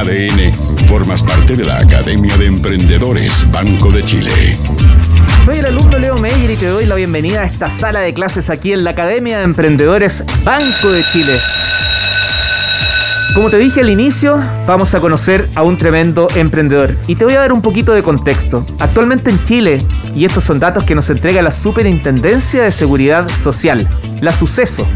ADN, formas parte de la Academia de Emprendedores Banco de Chile. Soy el alumno Leo Meyer y te doy la bienvenida a esta sala de clases aquí en la Academia de Emprendedores Banco de Chile. Como te dije al inicio, vamos a conocer a un tremendo emprendedor. Y te voy a dar un poquito de contexto. Actualmente en Chile, y estos son datos que nos entrega la Superintendencia de Seguridad Social, la SUCESO.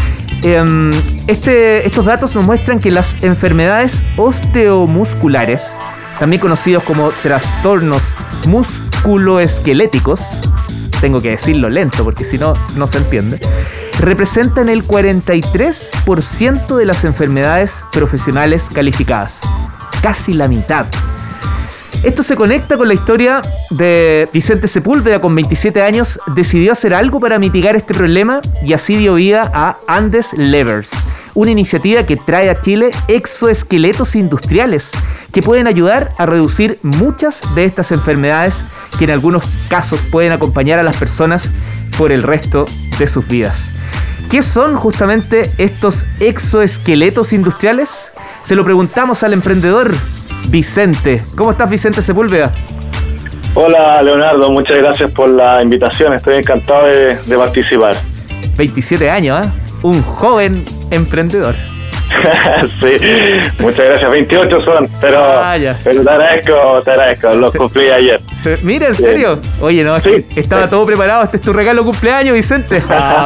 Estos datos nos muestran que las enfermedades osteomusculares, también conocidos como trastornos musculoesqueléticos, tengo que decirlo lento porque si no, no se entiende, representan el 43% de las enfermedades profesionales calificadas. Casi la mitad. Esto se conecta con la historia de Vicente Sepúlveda. Con 27 años decidió hacer algo para mitigar este problema y así dio vida a Andes Levers, una iniciativa que trae a Chile exoesqueletos industriales que pueden ayudar a reducir muchas de estas enfermedades que en algunos casos pueden acompañar a las personas por el resto de sus vidas. ¿Qué son justamente estos exoesqueletos industriales? Se lo preguntamos al emprendedor Vicente. ¿Cómo estás, Vicente Sepúlveda? Hola, Leonardo, muchas gracias por la invitación, estoy encantado de participar. 27 años, ¿eh? Un joven emprendedor. Sí, muchas gracias, 28 son, pero te agradezco, los cumplí ayer. Mira, ¿en serio? Oye, no, sí, estaba todo preparado, este es tu regalo de cumpleaños, Vicente.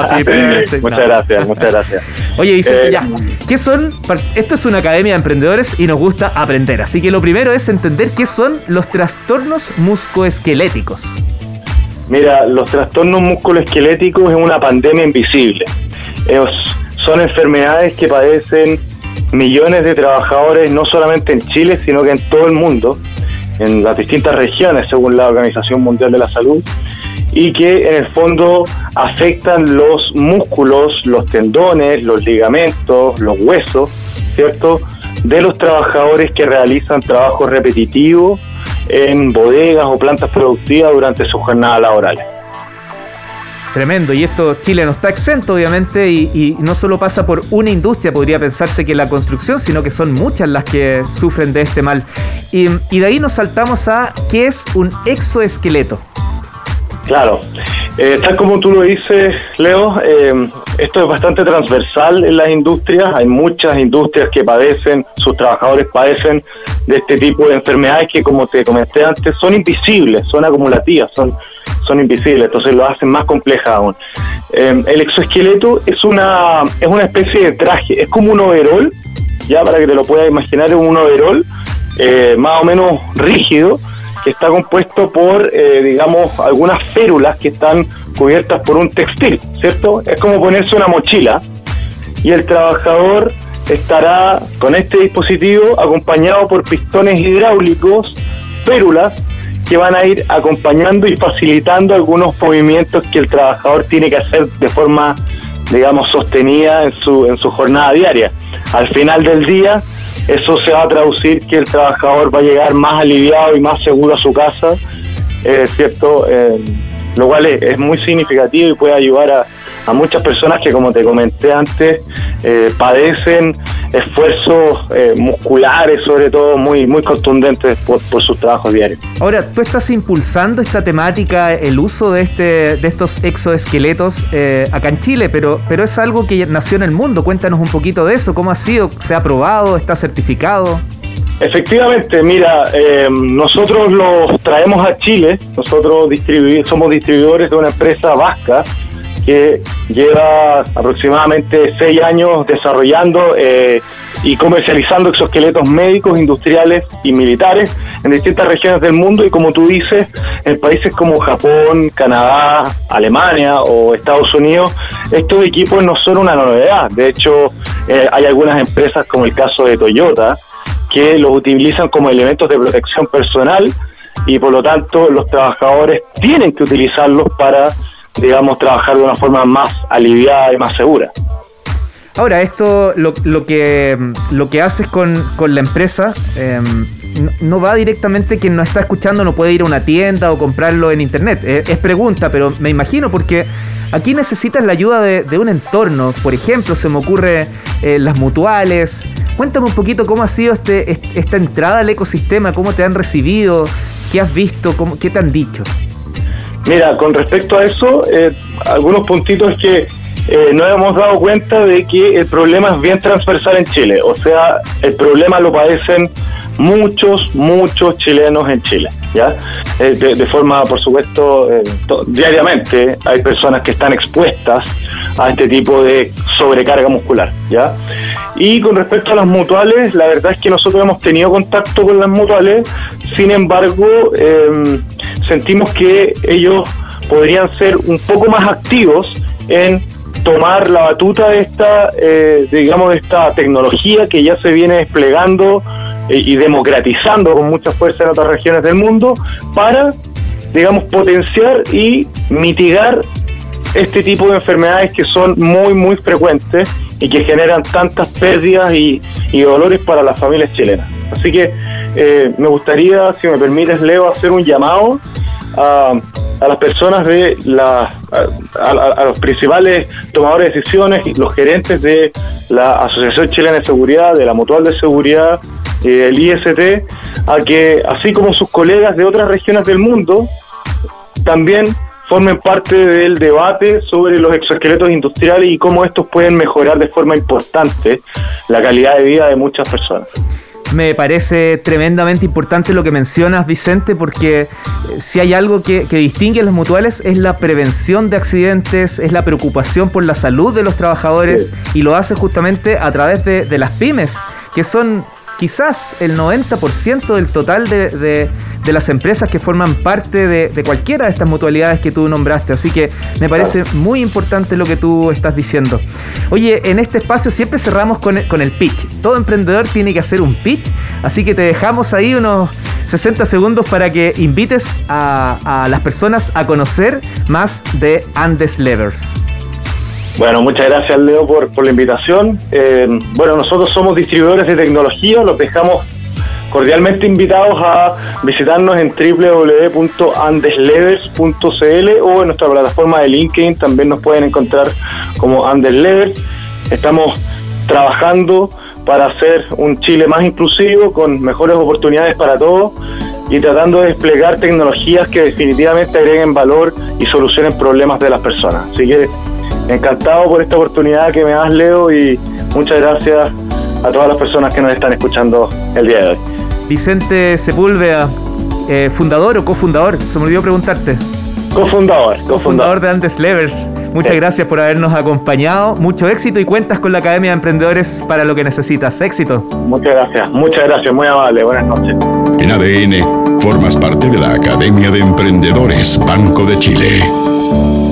Muchas gracias. Oye, Vicente, ya, ¿qué son? Esto es una academia de emprendedores y nos gusta aprender, así que lo primero es entender qué son los trastornos musculoesqueléticos. Mira, los trastornos musculoesqueléticos es una pandemia invisible. Son enfermedades que padecen millones de trabajadores, no solamente en Chile, sino que en todo el mundo, en las distintas regiones, según la Organización Mundial de la Salud, y que en el fondo afectan los músculos, los tendones, los ligamentos, los huesos, ¿cierto?, de los trabajadores que realizan trabajos repetitivos en bodegas o plantas productivas durante sus jornadas laborales. Tremendo, y esto Chile no está exento obviamente y no solo pasa por una industria, podría pensarse que la construcción, sino que son muchas las que sufren de este mal. Y de ahí nos saltamos a ¿qué es un exoesqueleto? Claro, tal como tú lo dices, Leo, esto es bastante transversal en las industrias. Hay muchas industrias que sus trabajadores padecen de este tipo de enfermedades que, como te comenté antes, son invisibles, son acumulativas, son invisibles, entonces lo hacen más compleja aún. El exoesqueleto es una especie de traje, es como un overol, ya para que te lo puedas imaginar, es un overol más o menos rígido, que está compuesto por, digamos, algunas férulas que están cubiertas por un textil, ¿cierto? Es como ponerse una mochila y el trabajador estará con este dispositivo acompañado por pistones hidráulicos, férulas, que van a ir acompañando y facilitando algunos movimientos que el trabajador tiene que hacer de forma, digamos, sostenida en su jornada diaria. Al final del día, eso se va a traducir que el trabajador va a llegar más aliviado y más seguro a su casa, ¿cierto? Lo cual es muy significativo y puede ayudar a muchas personas que, como te comenté antes, padecen esfuerzos musculares, sobre todo muy contundentes por sus trabajos diarios. Ahora, tú estás impulsando esta temática, el uso de estos exoesqueletos acá en Chile, pero es algo que nació en el mundo. Cuéntanos un poquito de eso, ¿cómo ha sido? ¿Se ha aprobado? ¿Está certificado? Efectivamente, mira, nosotros los traemos a Chile, nosotros somos distribuidores de una empresa vasca que lleva aproximadamente 6 años desarrollando y comercializando exoesqueletos médicos, industriales y militares en distintas regiones del mundo, y como tú dices, en países como Japón, Canadá, Alemania o Estados Unidos, estos equipos no son una novedad. De hecho, hay algunas empresas, como el caso de Toyota, que los utilizan como elementos de protección personal y por lo tanto los trabajadores tienen que utilizarlos para, digamos, trabajar de una forma más aliviada y más segura. Ahora, esto lo que haces con la empresa no va directamente, quien nos está escuchando no puede ir a una tienda o comprarlo en internet. Es pregunta, pero me imagino, porque aquí necesitas la ayuda de un entorno. Por ejemplo, se me ocurre las mutuales, Cuéntame un poquito cómo ha sido esta entrada al ecosistema, cómo te han recibido, qué has visto, qué te han dicho. Mira, con respecto a eso, algunos puntitos que nos hemos dado cuenta de que el problema es bien transversal en Chile. O sea, el problema lo padecen muchos chilenos en Chile, ¿ya? De forma, por supuesto, diariamente hay personas que están expuestas a este tipo de sobrecarga muscular, ¿ya? Y con respecto a las mutuales, la verdad es que nosotros hemos tenido contacto con las mutuales, sin embargo, sentimos que ellos podrían ser un poco más activos en tomar la batuta de esta, de esta tecnología que ya se viene desplegando y democratizando con mucha fuerza en otras regiones del mundo para, potenciar y mitigar este tipo de enfermedades que son muy frecuentes y que generan tantas pérdidas y dolores para las familias chilenas. Así que me gustaría, si me permites, Leo, hacer un llamado a las personas a los principales tomadores de decisiones, los gerentes de la Asociación Chilena de Seguridad, de la Mutual de Seguridad, el IST, a que, así como sus colegas de otras regiones del mundo, también formen parte del debate sobre los exoesqueletos industriales y cómo estos pueden mejorar de forma importante la calidad de vida de muchas personas. Me parece tremendamente importante lo que mencionas, Vicente, porque si hay algo que distingue a las mutuales es la prevención de accidentes, es la preocupación por la salud de los trabajadores, sí. Y lo hace justamente a través de las pymes, que son quizás el 90% del total de las empresas que forman parte de cualquiera de estas mutualidades que tú nombraste. Así que me parece muy importante lo que tú estás diciendo. Oye, en este espacio siempre cerramos con el pitch. Todo emprendedor tiene que hacer un pitch, así que te dejamos ahí unos 60 segundos para que invites a las personas a conocer más de Andes Levers. Bueno, muchas gracias, Leo, por la invitación. Nosotros somos distribuidores de tecnología, los dejamos cordialmente invitados a visitarnos en www.andeslevers.cl o en nuestra plataforma de LinkedIn, también nos pueden encontrar como Andes Levers. Estamos trabajando para hacer un Chile más inclusivo, con mejores oportunidades para todos y tratando de desplegar tecnologías que definitivamente agreguen valor y solucionen problemas de las personas. Así que encantado por esta oportunidad que me das, Leo, y muchas gracias a todas las personas que nos están escuchando el día de hoy. Vicente Sepúlveda, fundador o cofundador, se me olvidó preguntarte. Cofundador de Andes Levers. Muchas gracias por habernos acompañado, mucho éxito y cuentas con la Academia de Emprendedores para lo que necesitas. Éxito. Muchas gracias, muy amable, buenas noches. En ADN, formas parte de la Academia de Emprendedores Banco de Chile.